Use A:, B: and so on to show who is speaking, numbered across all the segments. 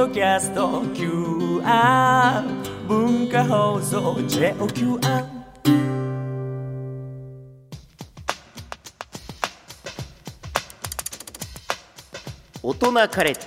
A: ドキャスト QR 文化放送 JOQR。
B: 大人カレッジ、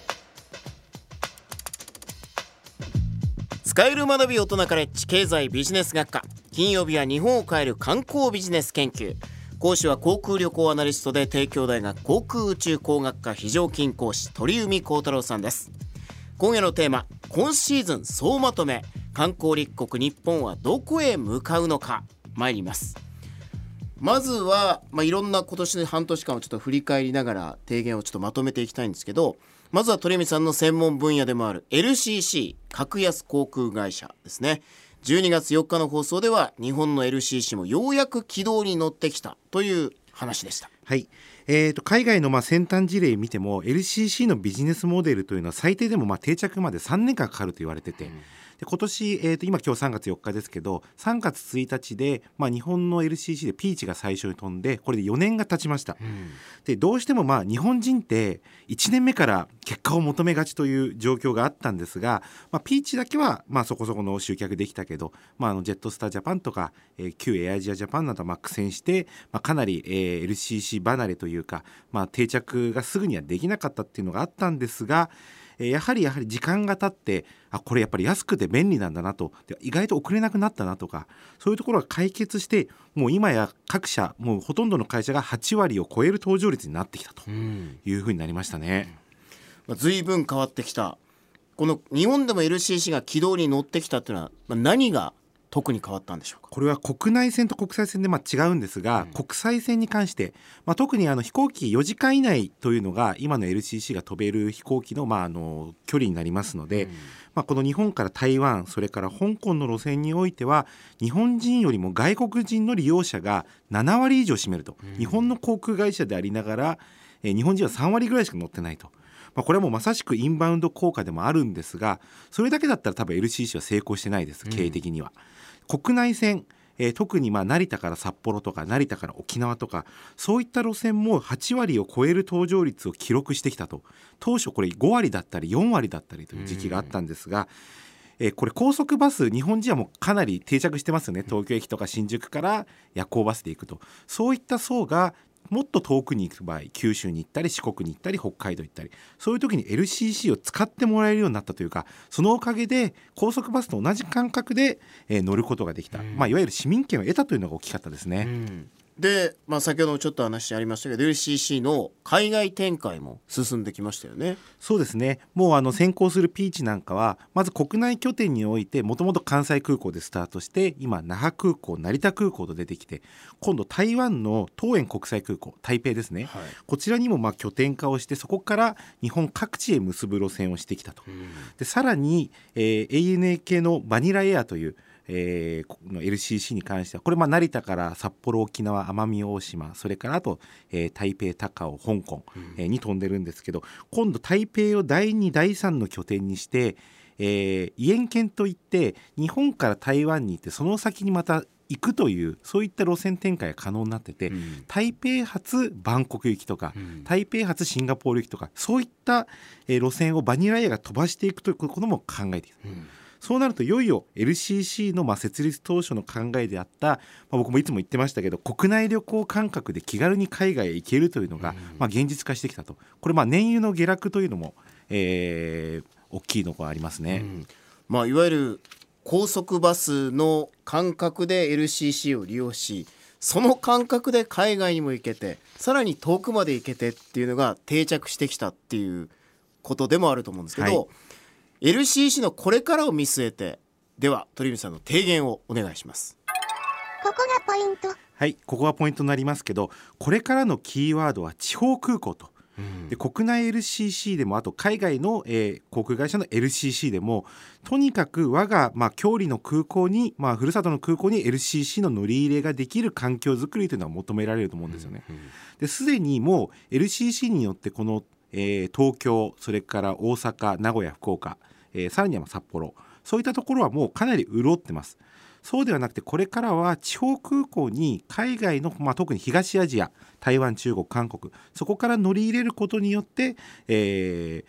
B: 使える学び大人カレッジ経済ビジネス学科。金曜日は日本を変える観光ビジネス研究。講師は航空旅行アナリストで帝京大学航空宇宙工学科非常勤講師鳥海高太郎さんです。今夜のテーマ、今シーズン総まとめ、観光立国日本はどこへ向かうのか、参ります。まずは、いろんな今年の半年間をちょっと振り返りながら提言をちょっとまとめていきたいんですけど、まずは鳥海さんの専門分野でもある LCC 格安航空会社ですね。12月4日の放送では日本の LCC もようやく軌道に乗ってきたという話でした。
C: はい。海外の先端事例見ても LCC のビジネスモデルというのは最低でも定着まで3年間かかると言われてて、で今年、今日3月4日ですけど、3月1日で、日本の LCC でピーチが最初に飛んで、これで4年が経ちました。でどうしても日本人って1年目から結果を求めがちという状況があったんですが、ピーチだけはそこそこの集客できたけど、ジェットスタージャパンとか、旧エアアジアジャパンなどは苦戦して、かなり、LCC 離れというか、定着がすぐにはできなかったっていうのがあったんですが、やはり時間が経って、これやっぱり安くて便利なんだなと、で意外と遅れなくなったなとか、そういうところが解決して、もう今や各社、もうほとんどの会社が8割を超える搭乗率になってきたというふうになりましたね。
B: 随分変わってきた。この日本でも LCC が軌道に乗ってきたというのは、何が特に変わったんでしょうか。
C: これは国内線と国際線で違うんですが、国際線に関して、特に飛行機4時間以内というのが今の LCC が飛べる飛行機の、距離になりますので、この日本から台湾、それから香港の路線においては、日本人よりも外国人の利用者が7割以上占めると、日本の航空会社でありながら、日本人は3割ぐらいしか乗ってないと。これはもうまさしくインバウンド効果でもあるんですが、それだけだったら多分 LCC は成功してないです、経営的には。国内線、特に成田から札幌とか成田から沖縄とか、そういった路線も8割を超える搭乗率を記録してきたと。当初これ5割だったり4割だったりという時期があったんですが、これ高速バス、日本人はもうかなり定着してますよね。東京駅とか新宿から夜行バスで行くと、そういった層がもっと遠くに行く場合、九州に行ったり四国に行ったり北海道行ったり、そういう時に LCC を使ってもらえるようになったというか、そのおかげで高速バスと同じ感覚で、乗ることができた、いわゆる市民権を得たというのが大きかったですね。
B: で、先ほどもちょっと話ありましたけど LCC の海外展開も進んできましたよね。
C: そうですね。もう先行するピーチなんかは、まず国内拠点においてもともと関西空港でスタートして、今那覇空港、成田空港と出てきて、今度台湾の桃園国際空港、台北ですね、こちらにも拠点化をして、そこから日本各地へ結ぶ路線をしてきたと。でさらに、ANA 系のバニラエアというの LCC に関しては、これ成田から札幌、沖縄、奄美大島、それからあと、台北、高雄、香港、に飛んでるんですけど、今度台北を第2、第3の拠点にして、伊延圏といって日本から台湾に行ってその先にまた行くという、そういった路線展開が可能になってて、台北発バンコク行きとか、台北発シンガポール行きとか、そういった、路線をバニラエアが飛ばしていくということも考えている。そうなるといよいよ LCC の設立当初の考えであった、僕もいつも言ってましたけど、国内旅行感覚で気軽に海外へ行けるというのが、現実化してきたと。これ燃油の下落というのも、大きいのがありますね。
B: いわゆる高速バスの感覚で LCC を利用し、その感覚で海外にも行けて、さらに遠くまで行けてっていうのが定着してきたっていうことでもあると思うんですけど、LCC のこれからを見据えて、では鳥海さんの提言をお願いします。
D: ここがポイント。
C: はい、ここがポイントになりますけど、これからのキーワードは地方空港と。で国内 LCC でも、あと海外の、航空会社の LCC でも、とにかく我が、郷里の空港に、ふるさとの空港に LCC の乗り入れができる環境づくりというのは求められると思うんですよね。ですでにもう LCC によってこの、東京、それから大阪、名古屋、福岡、さらには札幌、そういったところはもうかなり潤ってます。そうではなくて、これからは地方空港に海外の、特に東アジア、台湾、中国、韓国、そこから乗り入れることによって、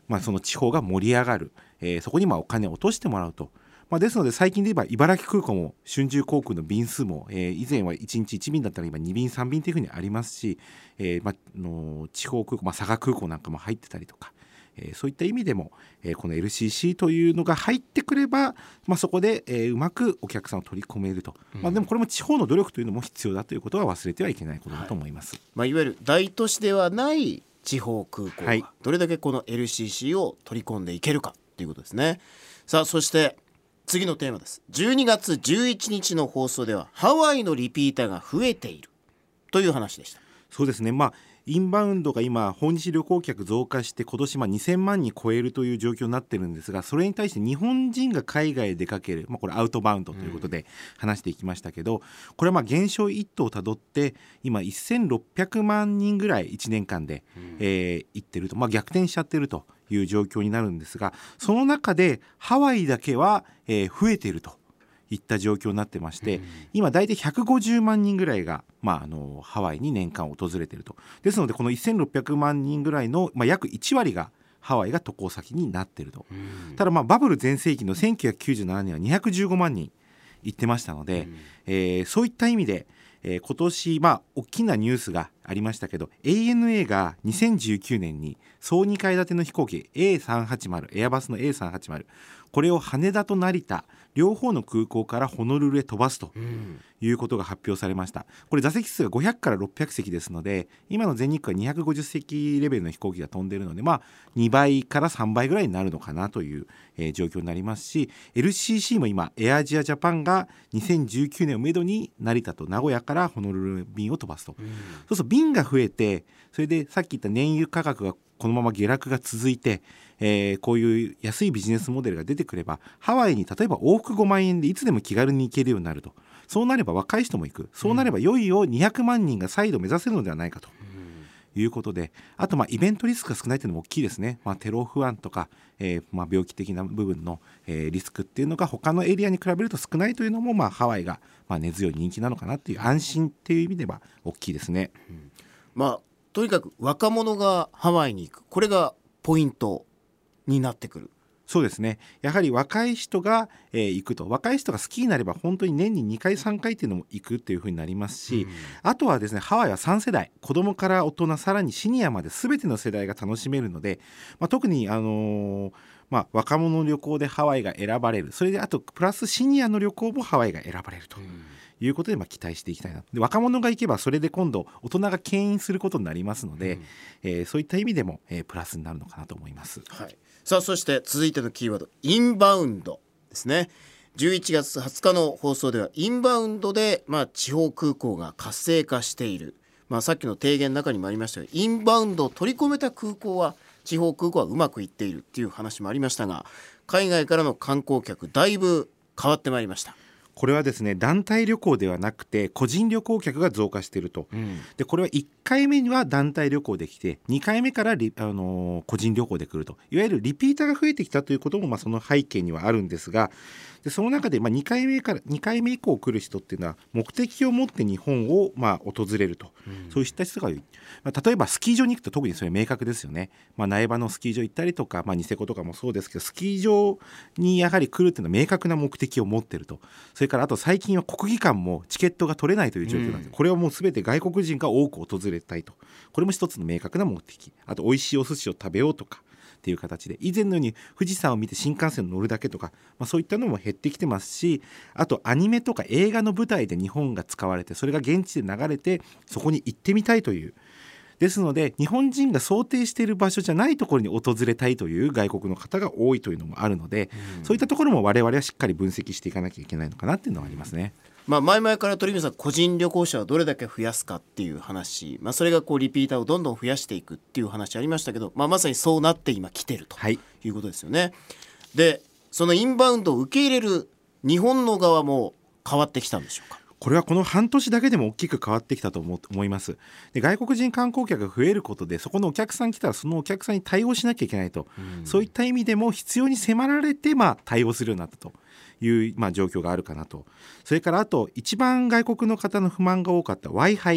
C: その地方が盛り上がる、そこにお金を落としてもらうと。ですので最近で言えば茨城空港も春秋航空の便数も、以前は1日1便だったら今2便3便というふうにありますし、地方空港、佐賀空港なんかも入ってたりとか、そういった意味でも、この LCC というのが入ってくれば、そこで、うまくお客さんを取り込めると、でもこれも地方の努力というのも必要だということは忘れてはいけないことだと思います。
B: いわゆる大都市ではない地方空港がどれだけこの LCC を取り込んでいけるかということですね。さあそして次のテーマです。12月11日の放送ではハワイのリピーターが増えているという話でした。
C: そうですね、インバウンドが今訪日旅行客増加して今年2000万人超えるという状況になってるんですが、それに対して日本人が海外へ出かける、これアウトバウンドということで話していきましたけど、これは減少一途をたどって今1600万人ぐらい1年間で、行ってると、逆転しちゃってるという状況になるんですが、その中でハワイだけは、増えているといった状況になってまして、今大体150万人ぐらいが、ハワイに年間訪れていると。ですのでこの1600万人ぐらいの、約1割がハワイが渡航先になっていると。ただバブル全盛期の1997年は215万人行ってましたので、そういった意味で、今年大きなニュースがありましたけど ANA が2019年に総2階建ての飛行機 A380 エアバスの A380 これを羽田と成田両方の空港からホノルルへ飛ばすということが発表されました。これ座席数が500から600席ですので、今の全日空は250席レベルの飛行機が飛んでいるので、2倍から3倍ぐらいになるのかなという、状況になりますし、 LCC も今エアアジアジャパンが2019年をめどに成田と名古屋からホノルル便を飛ばすと、そうすると便が増えて、それでさっき言った燃油価格がこのまま下落が続いて、こういう安いビジネスモデルが出てくれば、ハワイに例えば往復5万円でいつでも気軽に行けるようになると。そうなれば若い人も行く、そうなればいよいよ200万人が再度目指せるのではないかということで、あとイベントリスクが少ないというのも大きいですね。テロ不安とか、病気的な部分の、リスクっていうのが他のエリアに比べると少ないというのも、ハワイが、根強い人気なのかなっていう安心っていう意味では大きいですね。
B: とにかく若者がハワイに行く、これがポイントになってくる。
C: そうですね、やはり若い人が、行くと、若い人が好きになれば本当に年に2回3回っていうのも行くっていう風になりますし、あとはですね、ハワイは3世代、子供から大人さらにシニアまで全ての世代が楽しめるので、特に若者の旅行でハワイが選ばれる、それであとプラスシニアの旅行もハワイが選ばれるということで、期待していきたいな。で、若者が行けばそれで今度大人が牽引することになりますので、そういった意味でも、プラスになるのかなと思います。
B: さあそして続いてのキーワード、インバウンドですね。11月20日の放送ではインバウンドで、地方空港が活性化している、さっきの提言の中にもありましたが、インバウンドを取り込めた空港は地方空港はうまくいっているっていう話もありましたが、海外からの観光客だいぶ変わってまいりました。
C: これはですね、団体旅行ではなくて個人旅行客が増加していると、でこれは1回目には団体旅行できて2回目から個人旅行で来ると、いわゆるリピーターが増えてきたということもその背景にはあるんですが、でその中で2回目以降来る人っていうのは目的を持って日本を訪れると、そうした人がいる。例えばスキー場に行くと特にそれ明確ですよね。苗場のスキー場行ったりとか、ニセコとかもそうですけど、スキー場にやはり来るっていうのは明確な目的を持っていると。それからあと最近は国技館もチケットが取れないという状況なんで、これはもう全て外国人が多く訪れたいと、これも一つの明確な目的。あと美味しいお寿司を食べようとかっていう形で、以前のように富士山を見て新幹線に乗るだけとか、そういったのも減ってきてますし、あとアニメとか映画の舞台で日本が使われて、それが現地で流れてそこに行ってみたいという、ですので日本人が想定している場所じゃないところに訪れたいという外国の方が多いというのもあるので、そういったところも我々はしっかり分析していかなきゃいけないのかなっていうのはありますね。
B: 前々から鳥海さん、個人旅行者をどれだけ増やすかっていう話、それがリピーターをどんどん増やしていくっていう話ありましたけど、まさにそうなって今来てるということですよね。でそのインバウンドを受け入れる日本の側も変わってきたんでしょうか。
C: これはこの半年だけでも大きく変わってきたと思います。で外国人観光客が増えることで、そこのお客さん来たらそのお客さんに対応しなきゃいけないと、そういった意味でも必要に迫られて対応するようになったという、状況があるかなと。それからあと一番外国の方の不満が多かった Wi-Fi、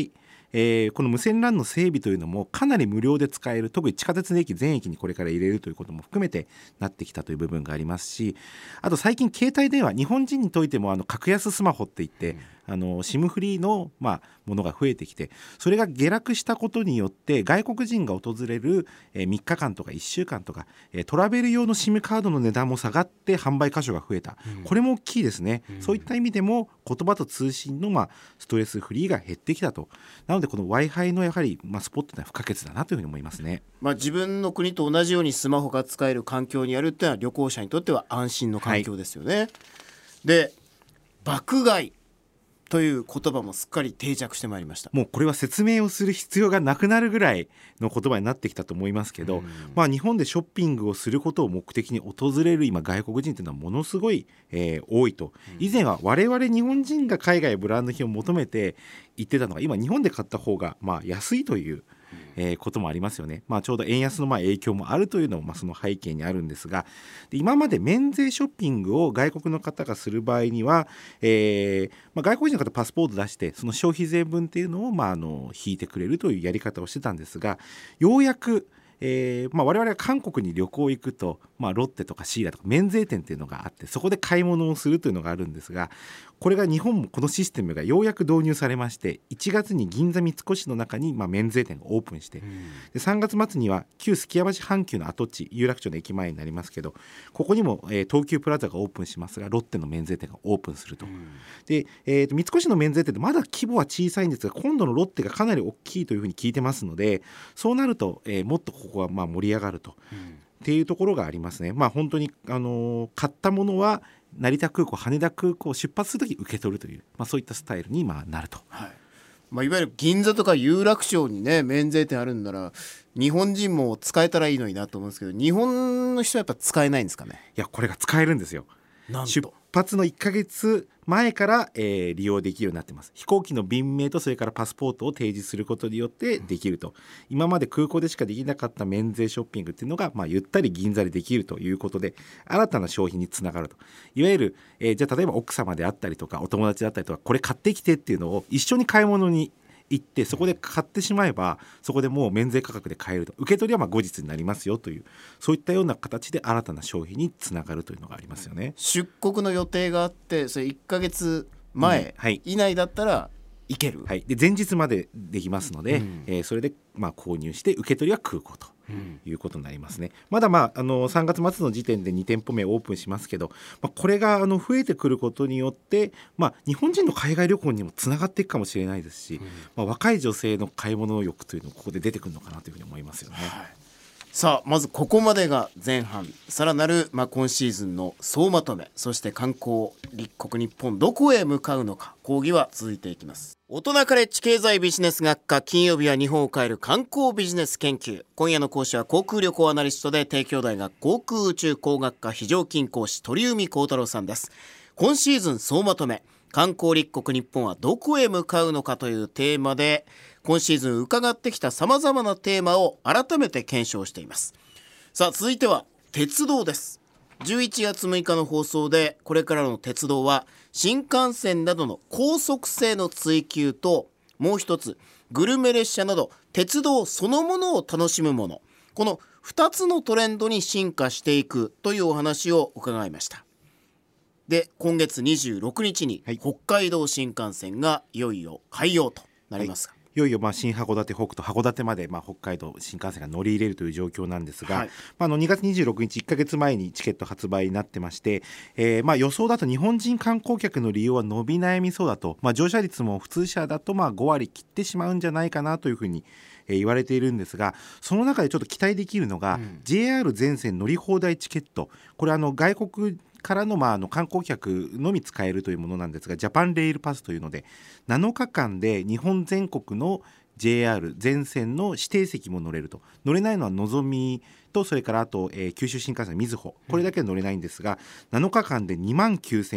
C: この無線 LAN の整備というのもかなり無料で使える、特に地下鉄の駅全駅にこれから入れるということも含めてなってきたという部分がありますし、あと最近携帯電話、日本人にといても格安スマホっていって、SIM フリーの、ものが増えてきて、それが下落したことによって外国人が訪れる、3日間とか1週間とか、トラベル用の SIM カードの値段も下がって販売箇所が増えた、これも大きいですね。そういった意味でも言葉と通信の、ストレスフリーが減ってきたと。なのでこの Wi-Fi のやはり、スポットは不可欠だなというふうに思いますね。
B: 自分の国と同じようにスマホが使える環境にあるっていうのは旅行者にとっては安心の環境ですよね。で、爆買いという言葉もすっかり定着してまいりました。
C: もうこれは説明をする必要がなくなるぐらいの言葉になってきたと思いますけど、日本でショッピングをすることを目的に訪れる今外国人というのはものすごい、多いと。以前は我々日本人が海外ブランド品を求めて行ってたのが、今日本で買った方が安いということもありますよね。ちょうど円安の影響もあるというのもその背景にあるんですが、今まで免税ショッピングを外国の方がする場合には、外国人の方パスポート出してその消費税分っていうのを引いてくれるというやり方をしてたんですが、ようやく我々が韓国に旅行行くと、ロッテとかシーラとか免税店っていうのがあって、そこで買い物をするというのがあるんですが、これが日本もこのシステムがようやく導入されまして、1月に銀座三越の中に免税店がオープンして、で3月末には旧すきや橋阪急の跡地、有楽町の駅前になりますけど、ここにも、東急プラザがオープンしますが、ロッテの免税店がオープンすると。で、三越の免税店ってまだ規模は小さいんですが、今度のロッテがかなり大きいというふうに聞いてますので、そうなると、もっとここは盛り上がると、っていうところがありますね。本当に、買ったものは成田空港、羽田空港を出発するとき受け取るという、そういったスタイルになると。
B: いわゆる銀座とか有楽町にね免税店あるんなら日本人も使えたらいいのになと思うんですけど、日本の人はやっぱ使えないんですかね。
C: いや、これが使えるんですよ。
B: なんと
C: 出発の1ヶ月前から、利用できるようになってます。飛行機の便名とそれからパスポートを提示することによってできると。今まで空港でしかできなかった免税ショッピングっていうのが、ゆったり銀座でできるということで、新たな消費につながると。いわゆる、じゃあ例えば奥様であったりとかお友達だったりとか、これ買ってきてっていうのを一緒に買い物に行って、そこで買ってしまえばそこでもう免税価格で買えると。受け取りは後日になりますよという、そういったような形で新たな消費につながるというのがありますよね。
B: 出国の予定があって、それ1ヶ月前以内だったらいける、
C: で前日までできますので、それで購入して受け取りは空港ということになりますね。まだ3月末の時点で2店舗目オープンしますけど、これが増えてくることによって、日本人の海外旅行にもつながっていくかもしれないですし、若い女性の買い物欲というのがここで出てくるのかなというふうに思いますよね。
B: さあ、まずここまでが前半。さらなる、今シーズンの総まとめ、そして観光立国日本どこへ向かうのか、講義は続いていきます。大人カレッジ経済ビジネス学科、金曜日は日本を変える観光ビジネス研究。今夜の講師は航空旅行アナリストで帝京大学航空宇宙工学科非常勤講師鳥海高太郎さんです。今シーズン総まとめ、観光立国日本はどこへ向かうのかというテーマで、今シーズン伺ってきたさまざまなテーマを改めて検証しています。さあ、続いては鉄道です。11月6日の放送で、これからの鉄道は新幹線などの高速性の追求と、もう一つグルメ列車など鉄道そのものを楽しむもの、この2つのトレンドに進化していくというお話を伺いました。で、今月26日に北海道新幹線がいよいよ開業となりますが、
C: いよいよ新函館北と函館まで北海道新幹線が乗り入れるという状況なんですが、2月26日1ヶ月前にチケット発売になってまして、予想だと日本人観光客の利用は伸び悩みそうだと、乗車率も普通車だと5割切ってしまうんじゃないかなというふうに言われているんですが、その中でちょっと期待できるのが、JR 全線乗り放題チケット。これ外国からの観光客のみ使えるというものなんですが、ジャパンレールパスというので7日間で日本全国の JR 全線の指定席も乗れると。乗れないのはのぞみと、それからあと、九州新幹線みずほ、これだけは乗れないんですが、7日間で29,000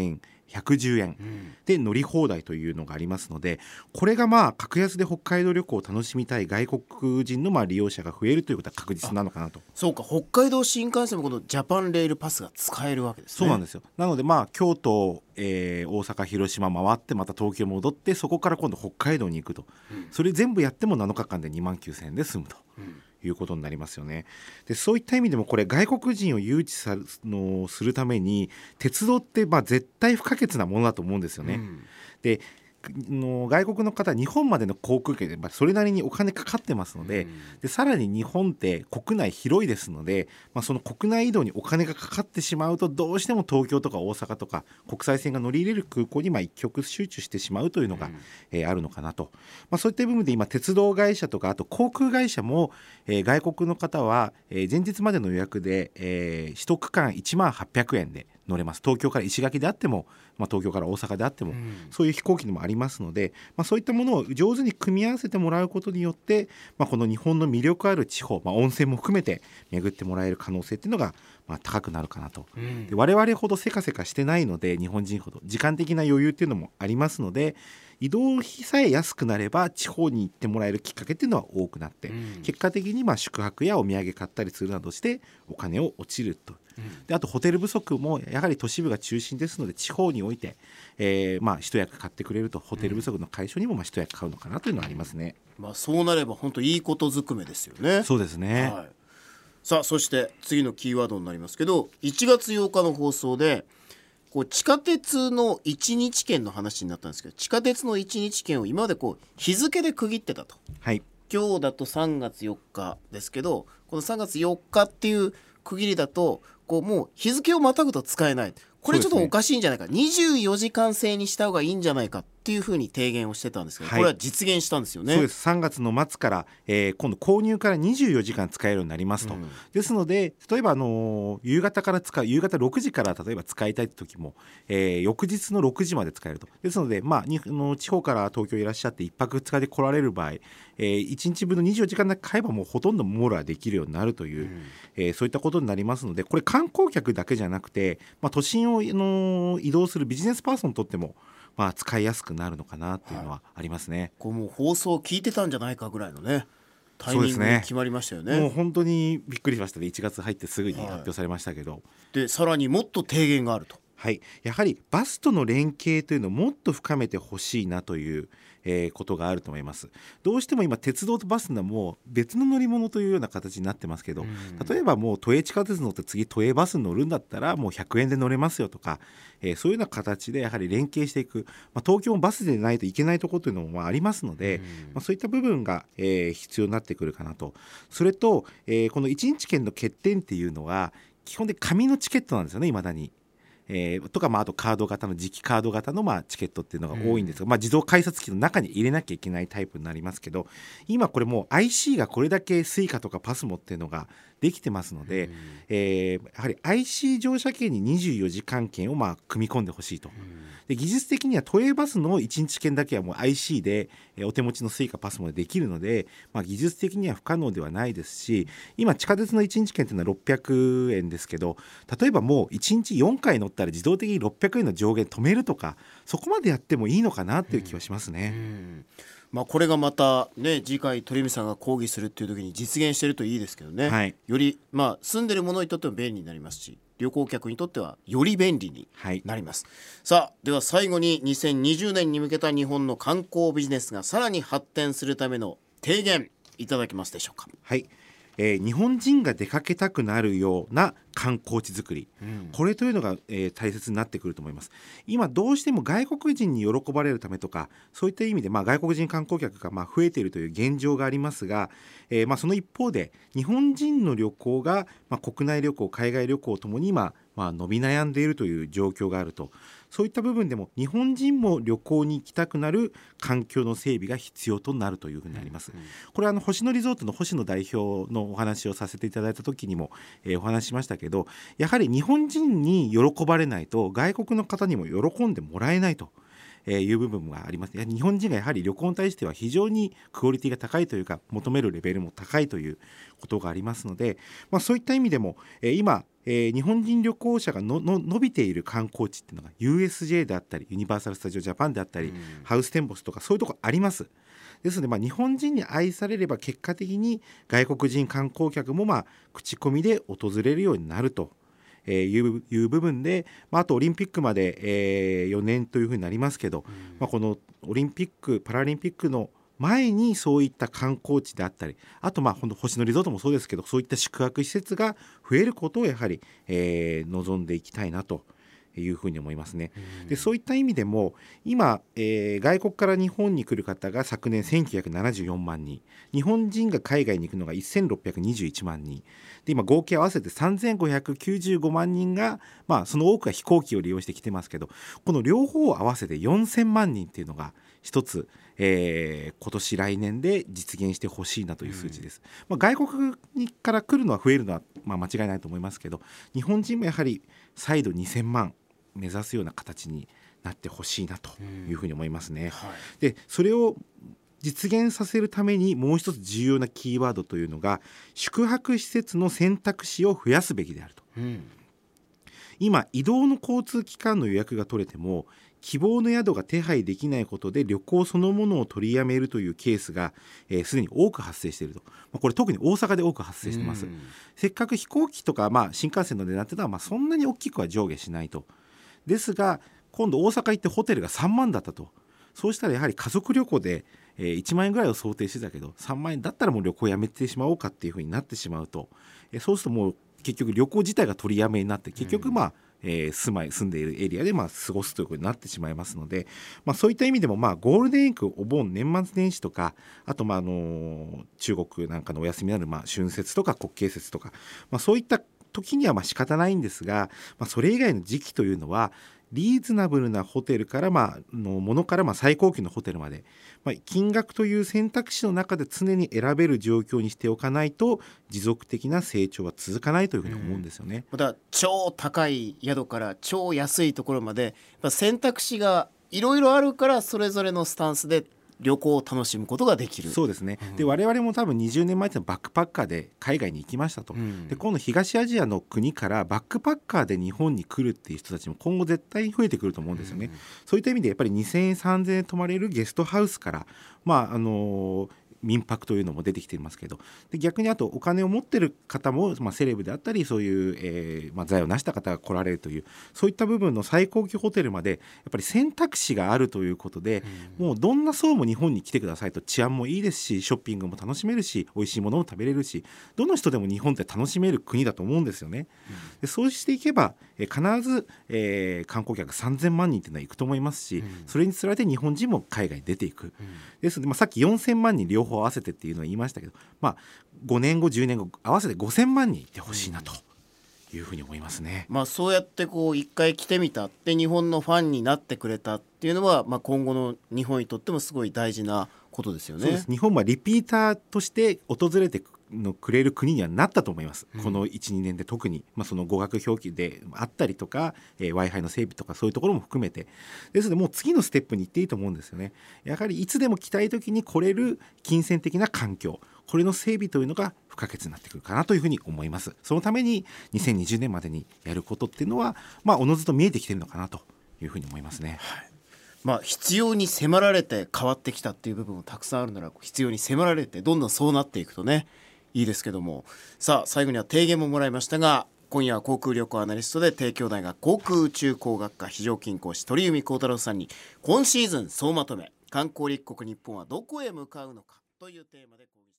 C: 110円で乗り放題というのがありますので、これが格安で北海道旅行を楽しみたい外国人の利用者が増えるということは確実なのかなと。
B: そうか、北海道新幹線もこのジャパンレールパスが使えるわけですね。
C: そうなんですよ。なので京都、大阪、広島回ってまた東京戻って、そこから今度北海道に行くと、それ全部やっても7日間で29,000円で済むと、いうことになりますよね。でそういった意味でもこれ外国人を誘致するために鉄道って絶対不可欠なものだと思うんですよね。で外国の方は日本までの航空券でそれなりにお金かかってますので、さらに日本って国内広いですので、その国内移動にお金がかかってしまうと、どうしても東京とか大阪とか国際線が乗り入れる空港に一極集中してしまうというのが、あるのかなと。そういった部分で今鉄道会社とかあと航空会社も、外国の方は、前日までの予約で、1区間18,000円で乗れます。東京から石垣であっても、東京から大阪であっても、そういう飛行機にもありますので、そういったものを上手に組み合わせてもらうことによって、この日本の魅力ある地方、温泉も含めて巡ってもらえる可能性っていうのが、高くなるかなと。で我々ほどせかせかしてないので、日本人ほど時間的な余裕っていうのもありますので、移動費さえ安くなれば地方に行ってもらえるきっかけっていうのは多くなって、結果的に宿泊やお土産買ったりするなどしてお金を落ちると。であとホテル不足もやはり都市部が中心ですので、地方において、一役買ってくれると、ホテル不足の解消にも一役買うのかなというのはありますね。
B: そうなれば本当いいことずくめですよね。
C: そうですね、
B: さあそして次のキーワードになりますけど、1月8日の放送で地下鉄の1日券の話になったんですけど、地下鉄の1日券を今まで日付で区切ってたと。今日だと3月4日ですけど、この3月4日っていう区切りだともう日付をまたぐと使えない。これちょっとおかしいんじゃないか、24時間制にした方がいいんじゃないかっていうふうに提言をしてたんですけど、これは実現したんですよね。
C: そうです。3月の末から、今度購入から24時間使えるようになりますと、ですので例えば夕方6時から例えば使いたい時も、翌日の6時まで使えると。ですので、地方から東京いらっしゃって1泊2日で来られる場合、1日分の24時間だけ買えばもうほとんど網羅できるようになるという、そういったことになりますので、これ観光客だけじゃなくて、都心を移動するビジネスパーソンにとっても使いやすくなるのかなっていうのはありますね。
B: もう放送聞いてたんじゃないかぐらいのねタイミングで決まりましたよね。
C: もう本当にびっくりしましたね。1月入ってすぐに発表されましたけど、
B: でさらにもっと提言があると。
C: やはりバスとの連携というのをもっと深めてほしいなという、ことがあると思います。どうしても今鉄道とバスのもう別の乗り物というような形になってますけど、例えばもう都営地下鉄乗って次都営バスに乗るんだったらもう100円で乗れますよとか、そういうような形でやはり連携していく、東京もバスでないといけないところというのもありますので、そういった部分が、必要になってくるかなと。それと、この1日券の欠点っていうのは基本で紙のチケットなんですよね、未だに。とかあとカード型の磁気カード型のチケットっていうのが多いんですが、自動改札機の中に入れなきゃいけないタイプになりますけど、今これもう IC がこれだけスイカとかパスモっていうのができてますので、やはり IC 乗車券に24時間券を組み込んでほしいと。で技術的には都営バスの1日券だけはもう IC でお手持ちのスイカパスモでできるので、技術的には不可能ではないですし、今地下鉄の1日券というのは600円ですけど、例えばもう1日4回乗ったら自動的に600円の上限止めるとか、そこまでやってもいいのかなっていう気はしますね。
B: これがまたね、次回鳥海さんが講義するっていう時に実現してるといいですけどね、より住んでる者にとっても便利になりますし、旅行客にとってはより便利になります、さあでは最後に2020年に向けた日本の観光ビジネスがさらに発展するための提言いただけますでしょうか。
C: 日本人が出かけたくなるような観光地づくり、これというのが、大切になってくると思います。今どうしても外国人に喜ばれるためとか、そういった意味で、外国人観光客が増えているという現状がありますが、その一方で日本人の旅行が、国内旅行海外旅行ともに今、伸び悩んでいるという状況があると。そういった部分でも日本人も旅行に行きたくなる環境の整備が必要となるというふうになります。これは星野リゾートの星野代表のお話をさせていただいた時にも、お話ししましたけど、やはり日本人に喜ばれないと外国の方にも喜んでもらえないと。 いう部分があります。日本人がやはり旅行に対しては非常にクオリティが高いというか、求めるレベルも高いということがありますので、そういった意味でも、今日本人旅行者が伸びている観光地っていうのが USJ であったり、ユニバーサル・スタジオ・ジャパンであったり、ハウステンボスとかそういうところあります。ですので、日本人に愛されれば結果的に外国人観光客も口コミで訪れるようになるという部分で、あとオリンピックまで、4年というふうになりますけど、このオリンピック・パラリンピックの前にそういった観光地であったり、あと本当星野リゾートもそうですけど、そういった宿泊施設が増えることをやはり、望んでいきたいなというふうに思いますね。でそういった意味でも今、外国から日本に来る方が昨年1974万人、日本人が海外に行くのが1621万人で、今合計合わせて3595万人が、その多くが飛行機を利用してきてますけど、この両方を合わせて4000万人っていうのが一つ、今年来年で実現してほしいなという数字です。外国から来るのは増えるのは、間違いないと思いますけど、日本人もやはり再度2000万目指すような形になってほしいなというふうに思いますね。でそれを実現させるためにもう一つ重要なキーワードというのが、宿泊施設の選択肢を増やすべきであると。今移動の交通機関の予約が取れても希望の宿が手配できないことで旅行そのものを取りやめるというケースがすでに多く発生していると。これ特に大阪で多く発生しています。せっかく飛行機とか、新幹線の値段というのはそんなに大きくは上下しないと。ですが今度大阪行ってホテルが3万だったと。そうしたらやはり家族旅行で1万円ぐらいを想定してたけど3万円だったらもう旅行やめてしまおうかっていうふうになってしまうと、そうするともう結局旅行自体が取りやめになって、結局住んでいるエリアで過ごすということになってしまいますので、そういった意味でもゴールデンウィーク、お盆、年末年始とか、あと中国なんかのお休みになる春節とか国慶節とか、そういった時には仕方ないんですが、それ以外の時期というのはリーズナブルなホテルからのものから最高級のホテルまで、金額という選択肢の中で常に選べる状況にしておかないと持続的な成長は続かないというふうに思うんですよね。
B: また超高い宿から超安いところまで選択肢がいろいろあるから、それぞれのスタンスで旅行を楽しむことができる。
C: そうですね。で我々も多分20年前ってバックパッカーで海外に行きましたと。で今度東アジアの国からバックパッカーで日本に来るっていう人たちも今後絶対増えてくると思うんですよね。そういった意味でやっぱり2000円3000円泊まれるゲストハウスから民泊というのも出てきていますけど、で逆にあとお金を持ってる方も、セレブであったりそういう、財を成した方が来られるという、そういった部分の最高級ホテルまでやっぱり選択肢があるということで、もうどんな層も日本に来てくださいと。治安もいいですし、ショッピングも楽しめるし、美味しいものも食べれるし、どの人でも日本って楽しめる国だと思うんですよね。でそうしていけば必ず、観光客3000万人っていうのは行くと思いますし、それにつられて日本人も海外に出ていく。ですので、さっき4000万人両方合わせてっていうのを言いましたけど、5年後10年後合わせて5000万人いってほしいなというふうに思いますね。
B: そうやって一回来てみたって日本のファンになってくれたっていうのは、今後の日本にとってもすごい大事なことですよね。
C: そうです。日本はリピーターとして訪れてくれる国にはなったと思います。この 1,2 年で特に、その語学表記であったりとか、Wi-Fi の整備とかそういうところも含めて、ですのでもう次のステップに行っていいと思うんですよね。やはりいつでも来たい時に来れる金銭的な環境、これの整備というのが不可欠になってくるかなというふうに思います。そのために2020年までにやることっていうのは、おのずと見えてきてるのかなというふうに思いますね。
B: 必要に迫られて変わってきたっていう部分もたくさんあるなら、必要に迫られてどんどんそうなっていくとね、いいですけども、さあ最後には提言ももらいましたが、今夜は航空旅行アナリストで帝京大学航空宇宙工学科非常勤講師鳥海高太郎さんに、今シーズン総まとめ、観光立国日本はどこへ向かうのかというテーマで講義